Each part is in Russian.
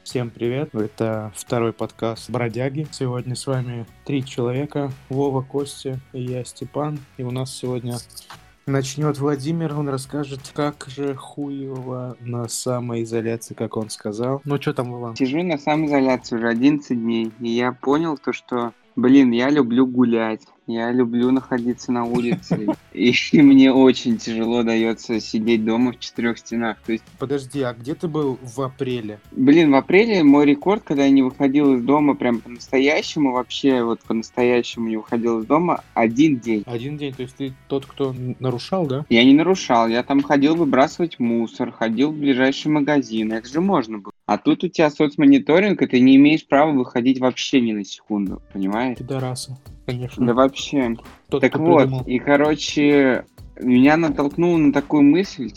Всем привет! Это второй подкаст «Бродяги». Сегодня с вами 3 человека. Вова, Костя и я, Степан. И у нас сегодня начнет Владимир. Он расскажет, как же хуево на самоизоляции, как он сказал. Ну, что там, Вова? Сижу на самоизоляции уже 11 дней, и я понял то, что, я люблю гулять, я люблю находиться на улице, и мне очень тяжело дается сидеть дома в четырех стенах. То есть, Подожди, а где ты был в апреле? в апреле мой рекорд, когда я не выходил из дома прям по-настоящему, вообще вот по-настоящему не выходил из дома, 1 день. 1 день, то есть ты тот, кто нарушал, да? Я не нарушал, я там ходил выбрасывать мусор, ходил в ближайший магазин, это же можно было. А тут у тебя соцмониторинг, и ты не имеешь права выходить вообще ни на секунду, понимаешь? Пидорасы, конечно. Да вообще. Тот, Так кто вот, придумал. и меня натолкнуло на такую мысль,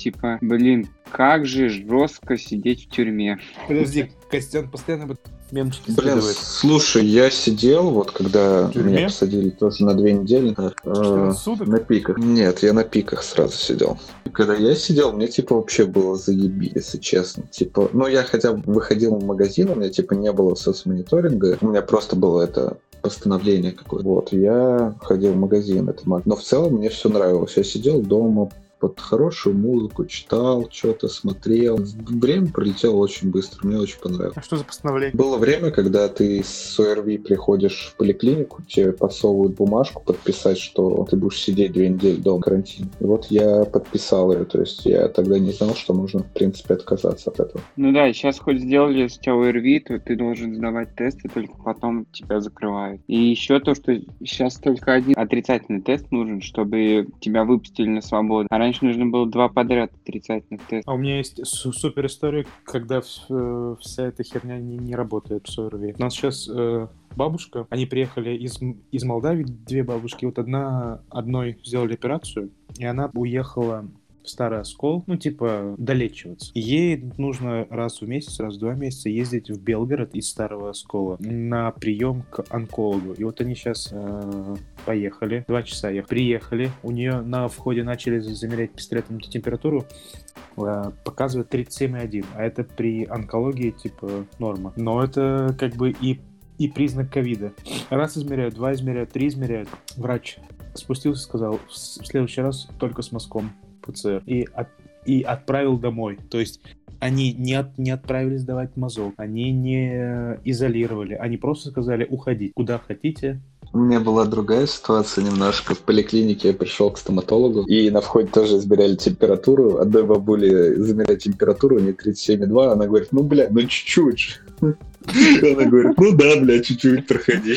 как же жестко сидеть в тюрьме. Подожди, Костян постоянно мемчики Блин, скидывает. слушай, я сидел, вот когда В тюрьме? меня посадили тоже на 2 недели, 14 суток? на пиках. Нет, я на пиках сразу сидел. Когда я сидел, мне вообще было заебись, если честно. Я хотя бы выходил в магазин, у меня не было соцмониторинга, у меня просто было это постановление какое-то. Вот, я ходил в магазин, но в целом мне все нравилось. Я сидел дома, под хорошую музыку, читал, что-то смотрел. Время пролетело очень быстро, мне очень понравилось. А что за постановление? Было время, когда ты с ОРВИ приходишь в поликлинику, тебе подсовывают бумажку подписать, что ты будешь сидеть 2 недели дома, карантин. И вот я подписал ее, то есть я тогда не знал, что нужно, в принципе, отказаться от этого. Ну да, сейчас хоть сделали с тебя ОРВИ, то ты должен сдавать тесты, только потом тебя закрывают. И еще то, что сейчас только один отрицательный тест нужен, чтобы тебя выпустили на свободу. А раньше нужно было 2 подряд отрицательных тестов. А у меня есть супер история, когда вся эта херня не работает в СОРВИ. У нас сейчас бабушка, они приехали из Молдавии, 2 бабушки. Вот одной сделали операцию, и она уехала в Старый Оскол, долечиваться. Ей нужно раз в месяц, раз в 2 месяца ездить в Белгород из Старого Оскола на прием к онкологу. И вот они сейчас поехали, 2 часа приехали, у нее на входе начали замерять пистолетом температуру, показывает 37,1, а это при онкологии норма. Но это и признак ковида. Раз измеряют, 2 измеряют, 3 измеряют. Врач спустился, сказал, в следующий раз только с мазком ПЦР. И отправил домой. То есть они не отправили сдавать мазок, они не изолировали, они просто сказали уходить куда хотите. У меня была другая ситуация немножко. В поликлинике я пришел к стоматологу, и на входе тоже измеряли температуру. Одной бабуле замеряли температуру, у нее 37,2, она говорит, чуть-чуть. Она говорит, чуть-чуть, проходи.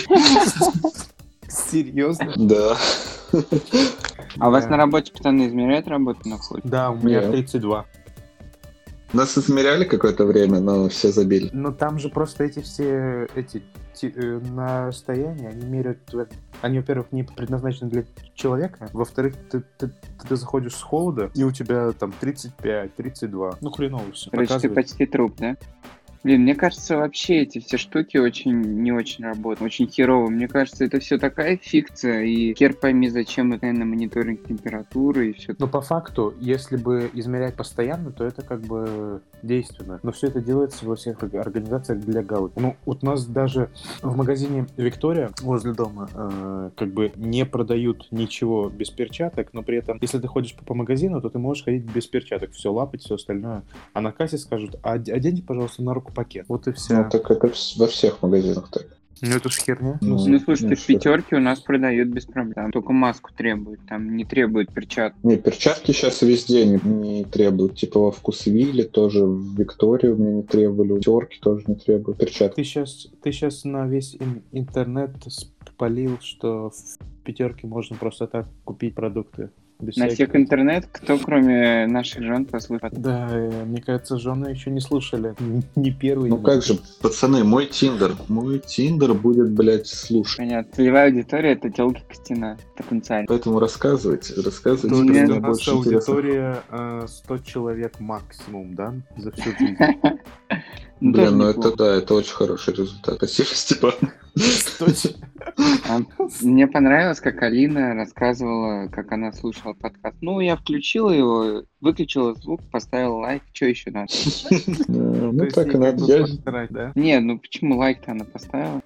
Серьезно? Да. А у вас на работе постоянно измеряют работу на входе? Да, у меня Нет. 32. Нас измеряли какое-то время, но все забили. Но там же просто на расстоянии они меряют. Они, во-первых, не предназначены для человека. Во-вторых, ты заходишь с холода, и у тебя там 35, 32. Хреново все. Короче, ты почти труп, да? Мне кажется, вообще эти все штуки не очень работают, очень херово. Мне кажется, это все такая фикция, и хер пойми, зачем это, наверное, мониторинг температуры и все. Но по факту, если бы измерять постоянно, то это действенно. Но все это делается во всех организациях для галочки. Вот у нас даже в магазине Виктория возле дома не продают ничего без перчаток, но при этом, если ты ходишь по магазину, то ты можешь ходить без перчаток, все лапать, все остальное. А на кассе скажут, оденьте, пожалуйста, на руку пакет. Вот и все. Так это во всех магазинах так. Это ж херня. Слушай, в Пятерке у нас продают без проблем. Только маску требуют, там не требуют перчаток. Не, перчатки сейчас везде не требуют. Во Вкусвилле тоже, в Виктории у меня не требовали, в Терке тоже не требуют перчатки. Ты сейчас на весь интернет спалил, что в Пятерке можно просто так купить продукты. На всех интернет, кто кроме наших жен послушает? Да, мне кажется, жены еще не слушали. Не первый. Как же, пацаны, мой Тиндер будет, слушать. Понятно. Целевая аудитория — это тёлки Костина, потенциально. Поэтому рассказывайте, У мне нас больше аудитория 100 человек максимум, да? За всю жизнь. Блин, это очень хороший результат. Спасибо, Степан. Мне понравилось, как Алина рассказывала, как она слушала подкаст. Ну, я включила его, выключила звук, поставила лайк. Что еще надо? Ну так и надо. Да? Не, ну почему лайк-то она поставила?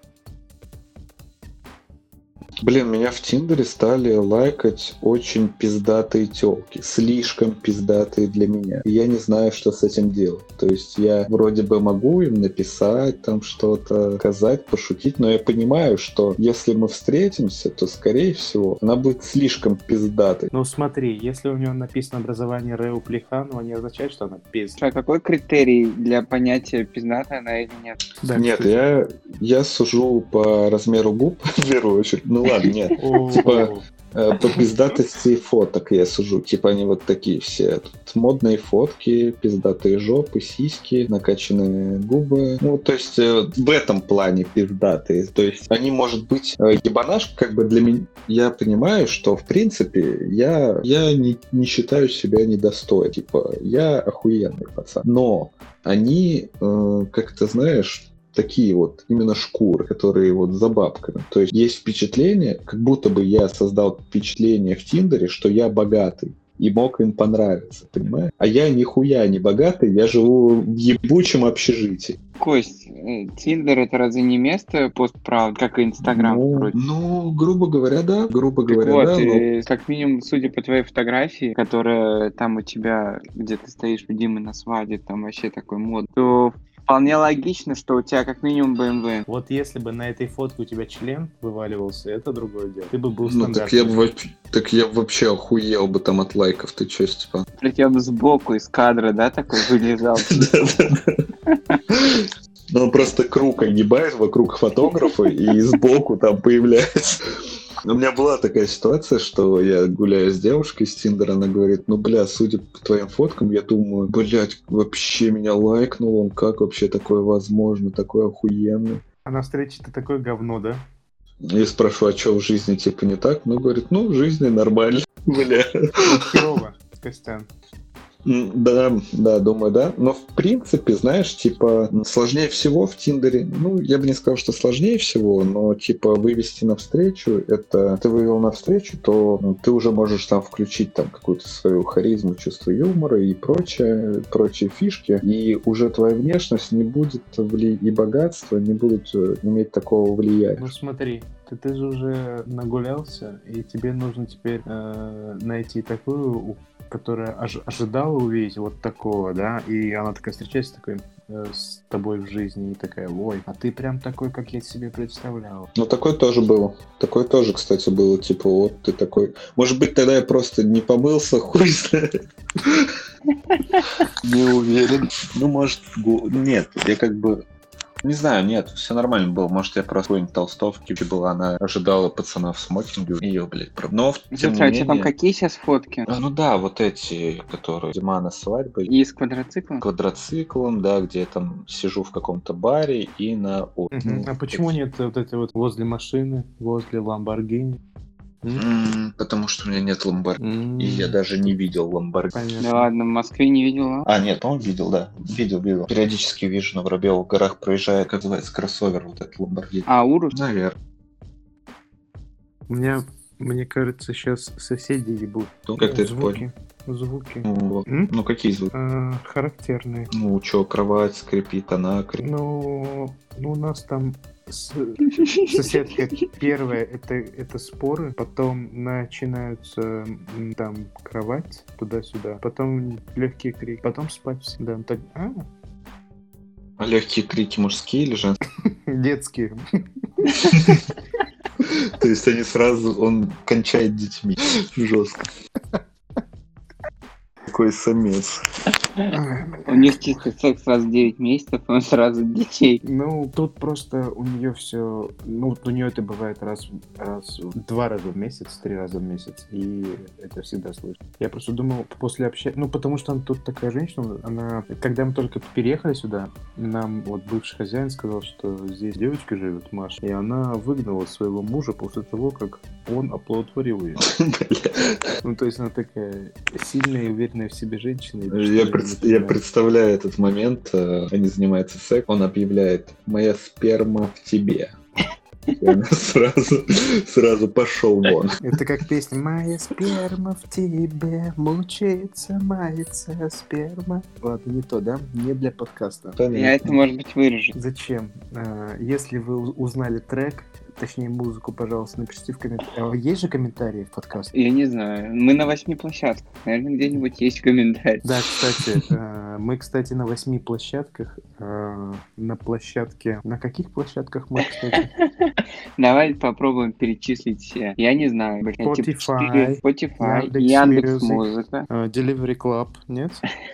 Блин, меня в Тиндере стали лайкать очень пиздатые тёлки. Слишком пиздатые для меня. И я не знаю, что с этим делать. То есть я вроде бы могу им написать, там что-то сказать, пошутить, но я понимаю, что если мы встретимся, то, скорее всего, она будет слишком пиздатой. Ну смотри, если у него написано образование Рэу Плеханова, не означает, что она пиздатая. А какой критерий для понятия, пиздатая она или нет? Да, Нет, я сужу по размеру губ, в первую очередь. Ну ладно, нет. Типа, по пиздатости фоток я сужу. Типа они вот такие все. Тут модные фотки, пиздатые жопы, сиськи, накачанные губы. Ну, то есть в этом плане пиздатые. То есть они, может быть, ебанаш, как бы для меня... Я понимаю, что, в принципе, я не считаю себя недостойным. Типа, я охуенный пацан. Но они, как-то, знаешь... такие вот именно шкуры, которые вот за бабками. То есть есть впечатление, как будто бы я создал впечатление в Тиндере, что я богатый и мог им понравиться, понимаешь? А я нихуя не богатый, я живу в ебучем общежитии. Кость, Тиндер это разве не место постправд, как и Инстаграм вроде? Ну, грубо говоря, да. Грубо Так говоря, вот, да. Но... как минимум, судя по твоей фотографии, которая там у тебя, где ты стоишь у Димы на свадьбе, там вообще такой мод, то вполне логично, что у тебя как минимум BMW. Вот если бы на этой фотке у тебя член вываливался, это другое дело. Ты бы был Ну, стандартным. так я вообще охуел бы там от лайков. Ты чё, Степан? Причем сбоку из кадра, да, такой вылезал? Ну, он просто круг огибает вокруг фотографа и сбоку там появляется. У меня была такая ситуация, что я гуляю с девушкой с Тиндера, она говорит, ну, бля, судя по твоим фоткам, я думаю, блядь, вообще меня лайкнул он, как вообще такое возможно, такое охуенное. А на встрече ты такое говно, да? Я спрашиваю, а что в жизни типа не так? Ну, говорит, ну, в жизни нормально, бля. Херово, Костян. Да, думаю, да. Но в принципе, знаешь, типа, сложнее всего в Тиндере, ну, я бы не сказал, что сложнее всего, но, типа, вывести навстречу, это ты вывел навстречу, то ты уже можешь там включить там какую-то свою харизму, чувство юмора и прочие фишки, и уже твоя внешность не будет и богатство не будут иметь такого влияния. Ну смотри, ты же уже нагулялся, и тебе нужно теперь найти такую, которая ожидала увидеть вот такого, да, и она такая встречается с тобой в жизни и такая, ой, а ты прям такой, как я себе представлял. Ну, такое тоже было. Такое тоже, кстати, было, типа, вот ты такой... Может быть, тогда я просто не помылся, хуй знает. Не уверен. Ну, может, нет, я как бы... Не знаю, нет, все нормально было. Может, я просто какой-нибудь толстовки была, она ожидала пацана в смокинге, ее, блядь, но тем не А менее... там какие сейчас фотки? Ну да, вот эти, которые Димана свадьбы. И с квадроциклом? Квадроциклом, да, где я там сижу в каком-то баре и на... А почему нет вот эти вот возле машины, возле Ламборгини? Потому что у меня нет Ламборгини. И я даже не видел Ламборгини. Да ладно, в Москве не видел, А, нет, по-моему, видел, да. Видел. Периодически вижу на Воробьевых горах проезжает, как называется, кроссовер, вот этот Ламборгини. А, Урус? Наверное. Мне кажется, сейчас соседи ебут. Ну, как ты это понял? Звуки. Ну, какие звуки? Характерные. Ну, что, кровать скрипит, она... Ну, у нас там соседка первая, это споры, потом начинаются там кровать туда-сюда, потом легкий крик, потом спать. Да, так, А легкие крики мужские или женские? детские. То есть они сразу, он кончает детьми. Жестко. Какой самец. У них чисто секс раз в 9 месяцев, он сразу детей. Ну, тут просто у нее все... Ну, у нее это бывает два раза в месяц, 3 раза в месяц. И это всегда слышно. Я просто думал, после общения... Ну, потому что тут такая женщина, она... Когда мы только переехали сюда, нам вот бывший хозяин сказал, что здесь девочка живет, Маша. И она выгнала своего мужа после того, как он оплодотворил ее. Ну, то есть она такая сильная и уверенная в себе женщина. Я представляю этот момент, они занимаются сексом, он объявляет «Моя сперма в тебе». Я сразу пошел вон. Это как песня «Моя сперма в тебе мучается, мается сперма». Ладно, не то, да? Не для подкаста. Я это, может быть, вырежу. Зачем? Если вы узнали трек, точнее музыку, пожалуйста, напишите в комментариях. Есть же комментарии в подкасте? Я не знаю. Мы на 8 площадках. Наверное, где-нибудь есть комментарий. Да, кстати, мы, кстати, на 8 площадках. На площадке... На каких площадках мы, кстати? Давай попробуем перечислить все. Я не знаю. Spotify, Spotify, Яндекс.Музыка. Delivery Club, нет?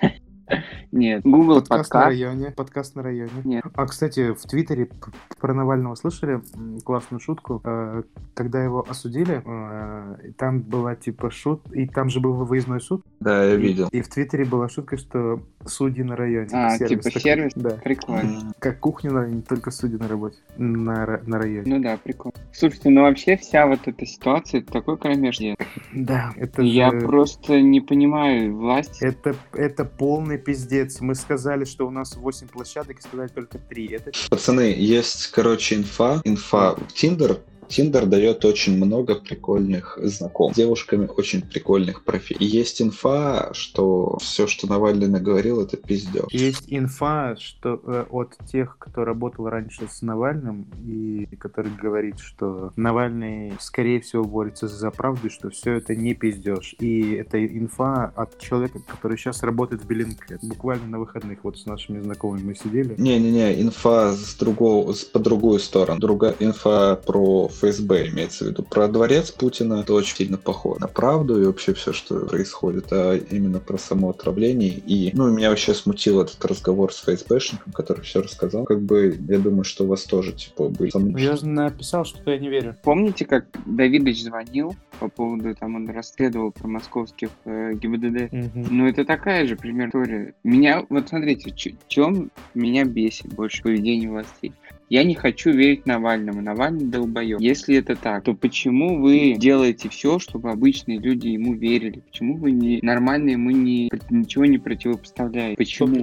Нет. Google Подкаст на районе. Подкаст на районе. Нет. А, кстати, в Твиттере про Навального слышали классную шутку? Когда его осудили, там была типа и там же был выездной суд. Да, я видел. И в Твиттере была шутка, что судьи на районе. Типа такой. сервис? Да. Прикольно. Как кухня на районе, только судьи на работе. На районе. Ну да, прикольно. Слушайте, ну вообще вся вот эта ситуация, это такой кромеж. Да, это Я же... просто не понимаю власть. Это полный пиздец. Мы сказали, что у нас 8 площадок, и сказали только 3. Это... Пацаны, есть, короче, инфа в Тиндер. Тиндер дает очень много прикольных знакомств. С девушками очень прикольных профилей. И есть инфа, что все, что Навальный наговорил, это пиздёж. Есть инфа, что от тех, кто работал раньше с Навальным, и который говорит, что Навальный, скорее всего, борется за правду, что все это не пиздеж. И это инфа от человека, который сейчас работает в Bellingcat. Буквально на выходных вот с нашими знакомыми мы сидели. Не-не-не, инфа по другую сторону. Другая инфа про ФСБ имеется в виду. Про дворец Путина это очень сильно похоже на правду и вообще все, что происходит, а именно про само отравление. И, меня вообще смутил этот разговор с ФСБшником, который все рассказал. Как бы, я думаю, что у вас тоже, типа, были. Я же написал, что я не верю. Помните, как Давидыч звонил по поводу, там, он расследовал про московских ГИБДД? Ну, это такая же, пример, история. Меня, вот смотрите, чем меня бесит больше поведение властей? Я не хочу верить Навальному. Навальный долбоёб. Если это так, то почему вы делаете все, чтобы обычные люди ему верили? Почему вы нормально ему ничего не противопоставляете? Почему?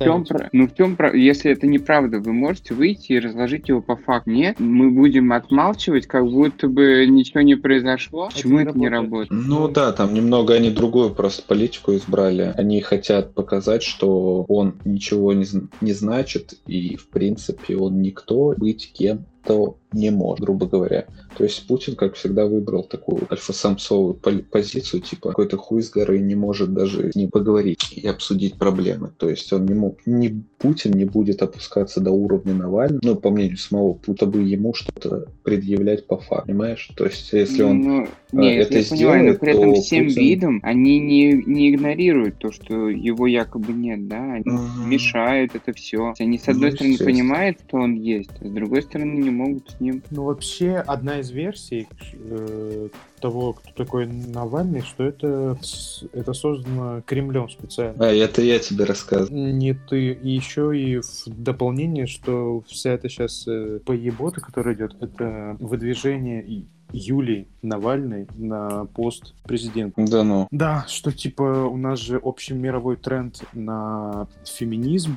Если это неправда, вы можете выйти и разложить его по факту. Нет, мы будем отмалчивать, как будто бы ничего не произошло. Почему это не работает? Ну да, там немного они другую просто политику избрали. Они хотят показать, что он ничего не значит, и в принципе он никто, быть кем-то не может, грубо говоря. То есть Путин, как всегда, выбрал такую альфа-самцовую позицию, типа какой-то хуй с горы не может даже с ним поговорить и обсудить проблемы. То есть он Путин не будет опускаться до уровня Навального, по мнению самого Путина, бы ему что-то предъявлять по факту, понимаешь? То есть если он это я понимаю, но при этом то всем Путин... видом они не игнорируют то, что его якобы нет, да? Они мешают это все. Они, с одной стороны, понимают, что он есть, а с другой стороны, не могут с ним. Ну, вообще, одна из версий того, кто такой Навальный, что это создано Кремлем специально. Это я тебе рассказываю. Не ты. И еще и в дополнение, что вся эта сейчас поебота, которая идет, это выдвижение Юлии Навальной на пост президента. Да ну. Да, что типа у нас же общий мировой тренд на феминизм,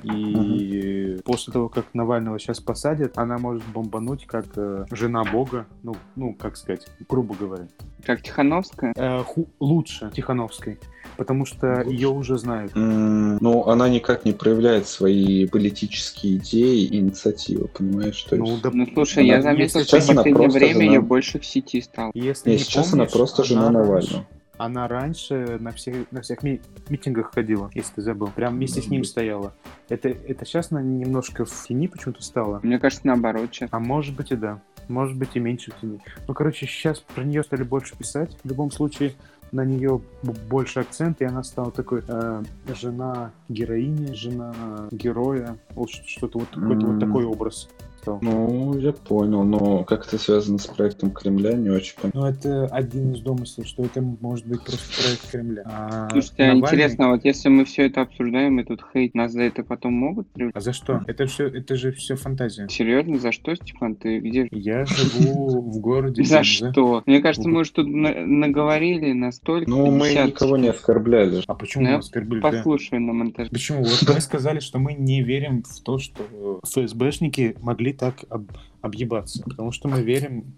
и после того, как Навального сейчас посадят, она может бомбануть как жена Бога, ну, как сказать, грубо говоря. Как Тихановская? Лучше Тихановской, потому что ее уже знают. Ну, она никак не проявляет свои политические идеи и инициативы, понимаешь? То есть... Слушай, я заметил, что в последнее время ее больше в сети стало. Сейчас она просто жена Навального. Она раньше на всех митингах ходила, если ты забыл. Прям вместе с ним стояла. Это сейчас она немножко в тени почему-то стала. Мне кажется, наоборот сейчас. А может быть и да. Может быть и меньше в тени. Ну, короче, сейчас про нее стали больше писать. В любом случае, на нее больше акцент, и она стала такой жена героини, жена героя. Вот что-то вот какой-то вот такой образ. Ну, я понял, но как это связано с проектом Кремля, не очень понятно. Ну, это один из домыслов, что это может быть просто проект Кремля. Слушайте, Навальный... интересно, вот если мы все это обсуждаем, и тут хейт, нас за это потом могут привлечь? А за что? Это же все фантазия. Серьезно, за что, Степан? Ты где? Я живу в городе. За что? Мне кажется, мы уже тут наговорили настолько. Ну, мы никого не оскорбляли. А почему мы оскорбили? Послушай на монтаже. Почему? Вот мы сказали, что мы не верим в то, что ФСБшники могли так объебаться, потому что мы верим.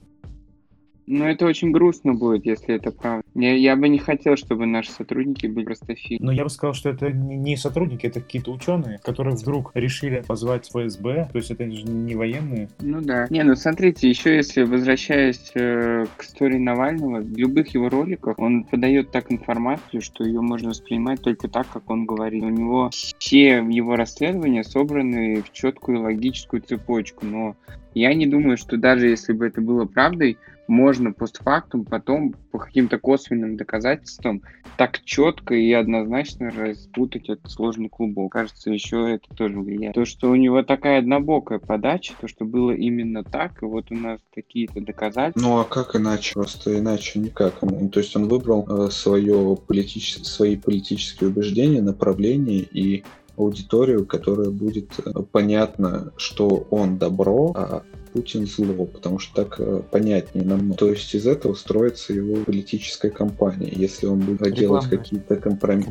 Ну, это очень грустно будет, если это правда. Я бы не хотел, чтобы наши сотрудники были простофили. Но я бы сказал, что это не сотрудники, это какие-то ученые, которые вдруг решили позвать ФСБ, то есть это же не военные. Ну да. Не, ну смотрите, еще если возвращаясь к истории Навального, в любых его роликах он подает так информацию, что ее можно воспринимать только так, как он говорит. У него все его расследования собраны в четкую логическую цепочку, но я не думаю, что даже если бы это было правдой, можно постфактум потом по каким-то косвенным доказательствам так четко и однозначно распутать этот сложный клубок. Кажется, еще это тоже влияет. То, что у него такая однобокая подача, то, что было именно так, и вот у нас какие-то доказательства. Ну а как иначе? Просто иначе никак. То есть он выбрал свои политические убеждения, направления и аудиторию, которая будет понятно, что он добро, а Путин зло, потому что так понятнее намного. То есть из этого строится его политическая кампания. Если он будет делать какие-то компромиссы,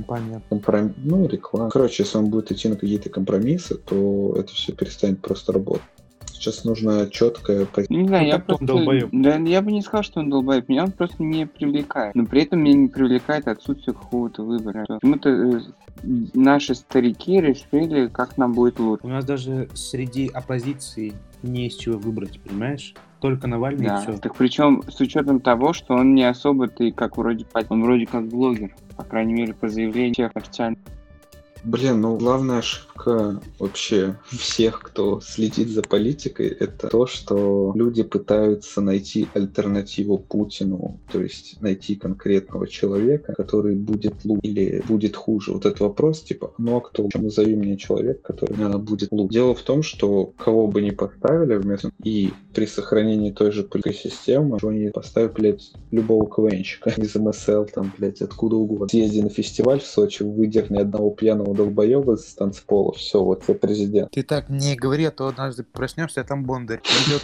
реклама. Короче, если он будет идти на какие-то компромиссы, то это все перестанет просто работать. Сейчас нужно четкое... Не знаю, я просто... Да, я бы не сказал, что он долбоеб. Меня он просто не привлекает. Но при этом меня не привлекает отсутствие какого-то выбора. Почему-то наши старики решили, как нам будет лучше. У нас даже среди оппозиции не из чего выбрать, понимаешь? Только Навальный и все. Так причем с учетом того, что он не особо-то как вроде... Он вроде как блогер. По крайней мере, по заявлению всех официальных. Блин, ну главная ошибка вообще всех, кто следит за политикой, это то, что люди пытаются найти альтернативу Путину, то есть найти конкретного человека, который будет лучше или будет хуже. Вот этот вопрос, типа, ну а кто? Назови мне человека, который будет лучше. Дело в том, что кого бы ни поставили вместо и при сохранении той же политической системы, что они поставят, блядь, любого КВНщика из МСЛ, там, блядь, откуда угодно. Съезди на фестиваль в Сочи, выдерни одного пьяного долбоеба с танцпола, все, вот ты президент. Ты так не говори, а то однажды проснешься, а там Бондарь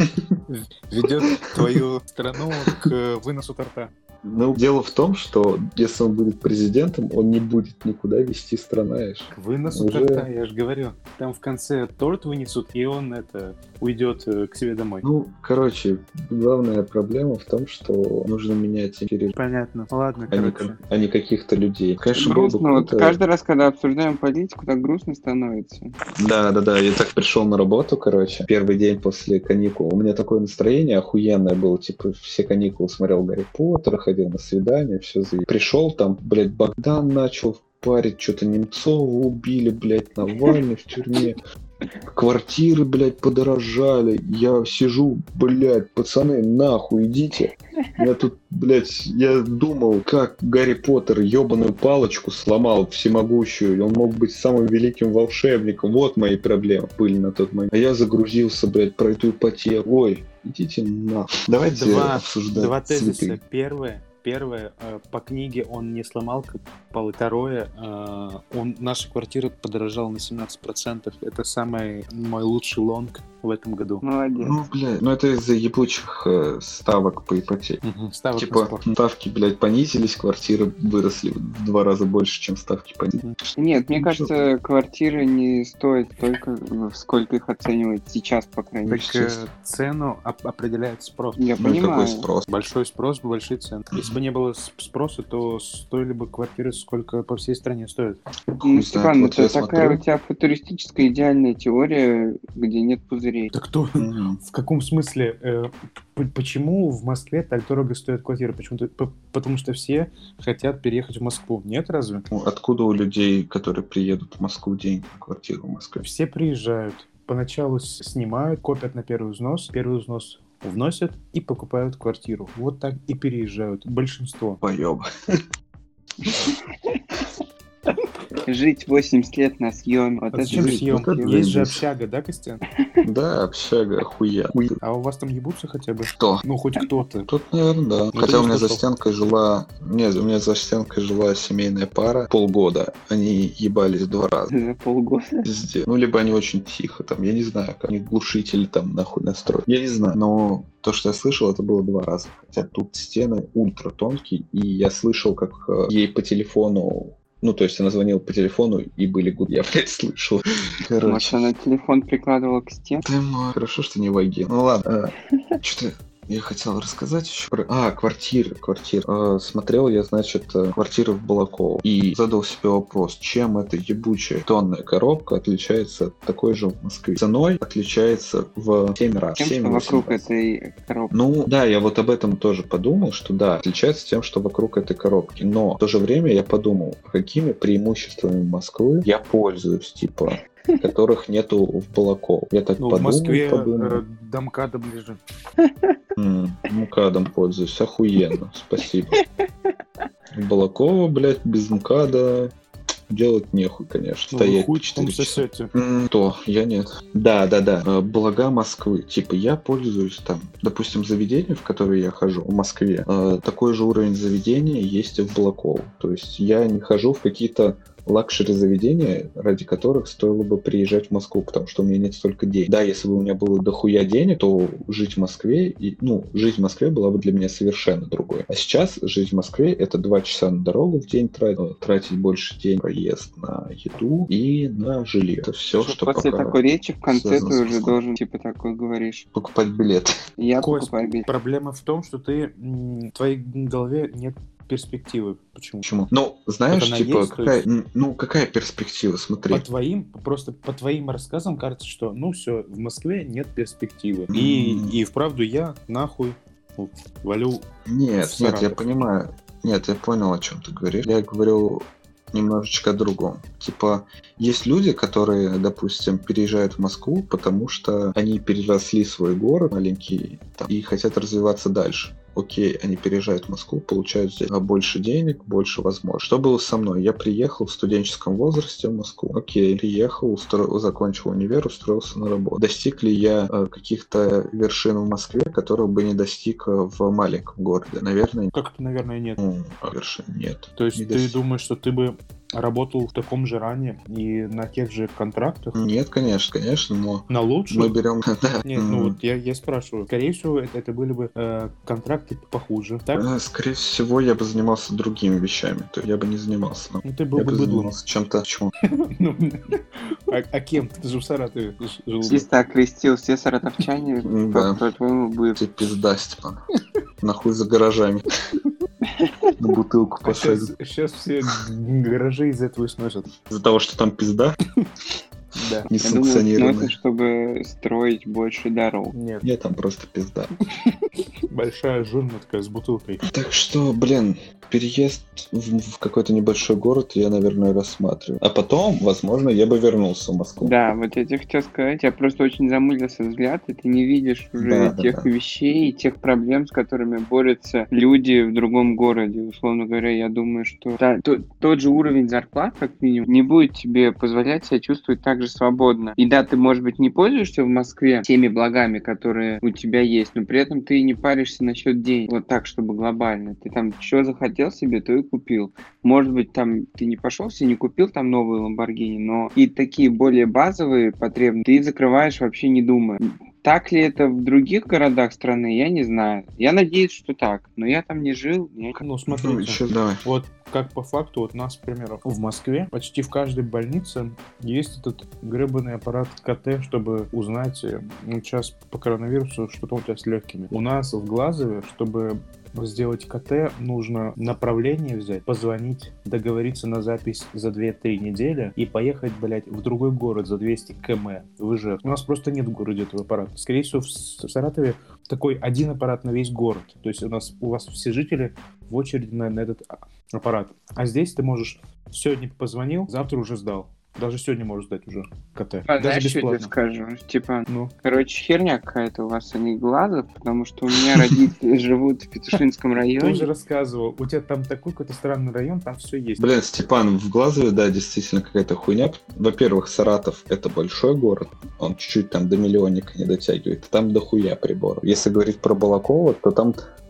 ведет твою страну к выносу торта. Ну, дело в том, что если он будет президентом, он не будет никуда вести страну. К выносу торта, я же говорю. Там в конце торт вынесут, и он уйдет к себе домой. Ну, короче, главная проблема в том, что нужно менять интерес. Понятно. Ладно, а не каких-то людей. Конечно, грустно. Вот каждый раз, когда обсуждаем политику, так грустно становится. Да. Я так пришел на работу, короче, первый день после каникул. У меня такое настроение охуенное было. Типа, все каникулы смотрел Гарри Поттера, ходил на свидание, все пришел, там, блядь, Богдан начал парить, что-то Немцова убили, блядь, Навальный в тюрьме. Квартиры, блядь, подорожали. Я сижу, блядь, пацаны, нахуй идите. Я тут, блядь, я думал, как Гарри Поттер ебаную палочку сломал всемогущую, и он мог быть самым великим волшебником. Вот мои проблемы были на тот момент. А я загрузился, блядь, про эту ипотеку. Ой, идите нахуй. Давайте обсуждать. Два тезиса. Первое, по книге он не сломал пол. Второе, наша квартира подорожала на 17%. Это самый мой лучший лонг в этом году. Молодец. Ну, блядь, это из-за ебучих ставок по ипотеке. Ставок типа, ставки, блядь, понизились, квартиры выросли в 2 раза больше, чем ставки понизились. Нет, мне кажется, квартиры не стоят столько, сколько их оценивают сейчас, по крайней мере. Так цену определяет спрос. Я понимаю. Какой спрос? Большой спрос, большие цены. Если бы не было спроса, то стоили бы квартиры, сколько по всей стране стоят. Ну, Степан, это такая у тебя футуристическая идеальная теория, где нет пузырей. Так кто? В каком смысле? Почему в Москве так дорого стоят квартиры? Потому что все хотят переехать в Москву. Нет, разве? Откуда у людей, которые приедут в Москву, деньги на квартиру в Москве? Все приезжают. Поначалу снимают, копят на первый взнос вносят и покупают квартиру. Вот так и переезжают. Большинство. Поёба. Жить 80 лет на съеме. Вот зачем съем? Есть же общага, да, Костян? Да, общага, охуенно. А у вас там ебутся хотя бы? Кто? Ну, хоть кто-то. Тут, наверное, да. Хотя у меня за стенкой жила... Нет, у меня за стенкой жила семейная пара полгода. Они ебались 2 раза. За полгода? Везде. Ну, либо они очень тихо там, я не знаю, как они глушители там нахуй настроят. Я не знаю, но то, что я слышал, это было 2 раза. Хотя тут стены ультра тонкие, и я слышал, как ей по телефону Ну, то есть она звонила по телефону, и были гудки. Я, блядь, слышал. Может, она телефон прикладывала к стене? Ты мой, хорошо, что не ваги. Ну ладно, что-то я хотел рассказать еще про... квартиры. Смотрел я, значит, квартиры в Балаково. И задал себе вопрос, чем эта ебучая тонная коробка отличается от такой же в Москве. Ценой отличается в 7 раз. Тем, что вокруг этой коробки. Ну, да, я вот об этом тоже подумал, что да, отличается тем, что вокруг этой коробки. Но в то же время я подумал, какими преимуществами Москвы я пользуюсь, типа... которых нету в Балаково. Я так подумал. В Москве до МКАДа ближе. МКАДом пользуюсь. Охуенно. Спасибо. В Балаково, блядь, без МКАДа делать нехуй, конечно. Стоять хуй в том сосете. То, я нет. Да. Блага Москвы. Типа, я пользуюсь там, допустим, заведением, в которое я хожу, в Москве. Такой же уровень заведения есть и в Балаково. То есть я не хожу в какие-то лакшери-заведения, ради которых стоило бы приезжать в Москву, потому что у меня нет столько денег. Да, если бы у меня было дохуя денег, то жить в Москве, жизнь в Москве была бы для меня совершенно другой. А сейчас жить в Москве — это 2 часа на дорогу в день тратить больше денег, проезд на еду и на жилье. Это все, что после пока такой речи в конце ты уже Москвой. должен, типа, такой говоришь. Покупать билет. Я Кость, покупаю билет. проблема в том, что в твоей голове нет перспективы. Почему? Ну, знаешь, Вот типа, есть, какая перспектива, смотри. По твоим рассказам кажется, что, все, в Москве нет перспективы. И вправду я нахуй валю. Нет, я понимаю. Нет, я понял, о чем ты говоришь. Я говорю немножечко о другом. Типа, есть люди, которые, допустим, переезжают в Москву, потому что они переросли свой город маленький и хотят развиваться дальше. Окей, они переезжают в Москву, получают здесь больше денег, больше возможностей. Что было со мной? Я приехал в студенческом возрасте в Москву. Окей, приехал, закончил универ, устроился на работу. Достиг ли я каких-то вершин в Москве, которых бы не достиг в маленьком городе? Наверное, нет. Как-то, наверное, нет. Вершин нет. То есть ты думаешь, что ты бы работал в таком же ране и на тех же контрактах? Нет, конечно, но... На лучших? Мы берем... Нет, я спрашиваю. Скорее всего, это были бы контракты похуже, так? Скорее всего, я бы занимался другими вещами. То есть я бы не занимался. Ты был бы быдлом. Занимался чем-то... Почему? А кем? Ты же в Саратове жил. Чисто окрестил все саратовчане, по-твоему будет... Ты пизда, Степан. Нахуй за гаражами. На бутылку посадят. Сейчас все гаражи из этого сносят. Из-за того, что там пизда? Да. Несанкционированная. Сносят, чтобы строить больше дорог. Нет, там просто пизда. Большая жирная такая с бутылкой. Так что, переезд в какой-то небольшой город я, наверное, рассматриваю. А потом, возможно, я бы вернулся в Москву. Да, вот я тебе хотел сказать, я просто очень замылился взгляд, и ты не видишь уже тех вещей и тех проблем, с которыми борются люди в другом городе. Условно говоря, я думаю, что тот же уровень зарплат, как минимум, не будет тебе позволять себя чувствовать так же свободно. И да, ты, может быть, не пользуешься в Москве теми благами, которые у тебя есть, но при этом ты не паришься насчет денег. Вот так, чтобы глобально. Ты там что захотел себе, то и купил. Может быть, там ты не пошел себе, не купил там новые Lamborghini, но и такие более базовые потребности ты закрываешь вообще не думая. Так ли это в других городах страны, я не знаю. Я надеюсь, что так, но я там не жил. Смотрите, вот как по факту, вот у нас, к примеру, в Москве почти в каждой больнице есть этот гребаный аппарат КТ, чтобы узнать, сейчас по коронавирусу что-то у тебя с легкими. У нас в Глазове, чтобы сделать КТ, нужно направление взять, позвонить, договориться на запись за 2-3 недели и поехать, в другой город за 200 км в Ижевск. У нас просто нет в городе этого аппарата. Скорее всего, в Саратове такой один аппарат на весь город. То есть у вас все жители в очереди на этот аппарат. А здесь ты можешь сегодня позвонил, завтра уже сдал. Даже сегодня можешь сдать уже КТ. Даже что я бесплатно. тебе скажу? Типа, короче, херня какая-то у вас, а не Глазов, потому что у меня родители живут в Петушинском районе. Ты уже рассказывал. У тебя там такой какой-то странный район, там все есть. Степан, в Глазове, да, действительно какая-то хуйня. Во-первых, Саратов — это большой город. Он чуть-чуть там до миллионника не дотягивает. Там дохуя приборов. Если говорить про Балаково, то там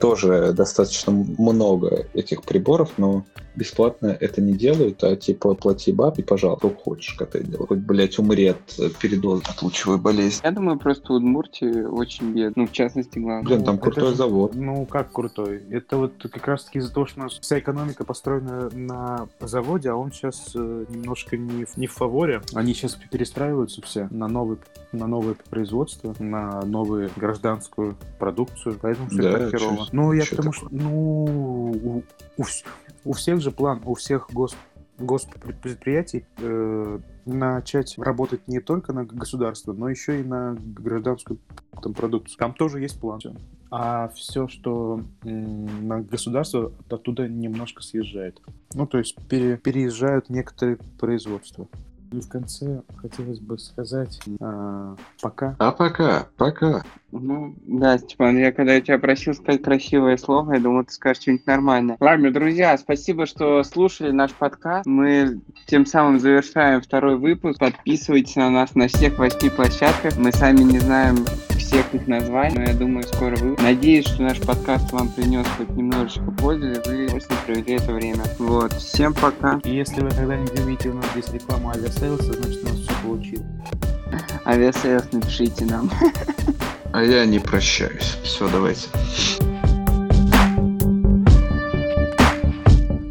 тоже достаточно много этих приборов, но бесплатно это не делают, а типа плати бабки, пожалуйста, что хочешь, коты делают. Хоть, блядь, умри от передоза, от лучевой болезни. Я думаю, просто Удмуртия очень бедна. Ну, в частности, главное. Блин, там крутой же, завод. Ну, как крутой? Это вот как раз-таки из-за того, что у нас вся экономика построена на заводе, а он сейчас немножко не в фаворе. Они сейчас перестраиваются все на новое производство, на новую гражданскую продукцию, поэтому все Да, так херово. чё- Ну, я чё к тому, такое? что, у всех же план, у всех госпредприятий начать работать не только на государство, но еще и на гражданскую там, продукцию. Там тоже есть план. А все, что на государство, оттуда немножко съезжает. Ну, то есть переезжают некоторые производства. И в конце хотелось бы сказать пока. А пока. Ну, да, Степан, я когда тебя просил сказать красивое слово, я думал, ты скажешь что-нибудь нормальное. Ладно, друзья, спасибо, что слушали наш подкаст. Мы тем самым завершаем второй выпуск. Подписывайтесь на нас на всех 8 площадках. Мы сами не знаем всех их названий, но я думаю, скоро вы. Надеюсь, что наш подкаст вам принес хоть немножечко пользы, и вы очень провели это время. Вот, всем пока. И если вы когда-нибудь увидите у нас здесь рекламу авиасейлса, значит, у нас все получилось. Авиасейлс, напишите нам. А я не прощаюсь. Все, давайте.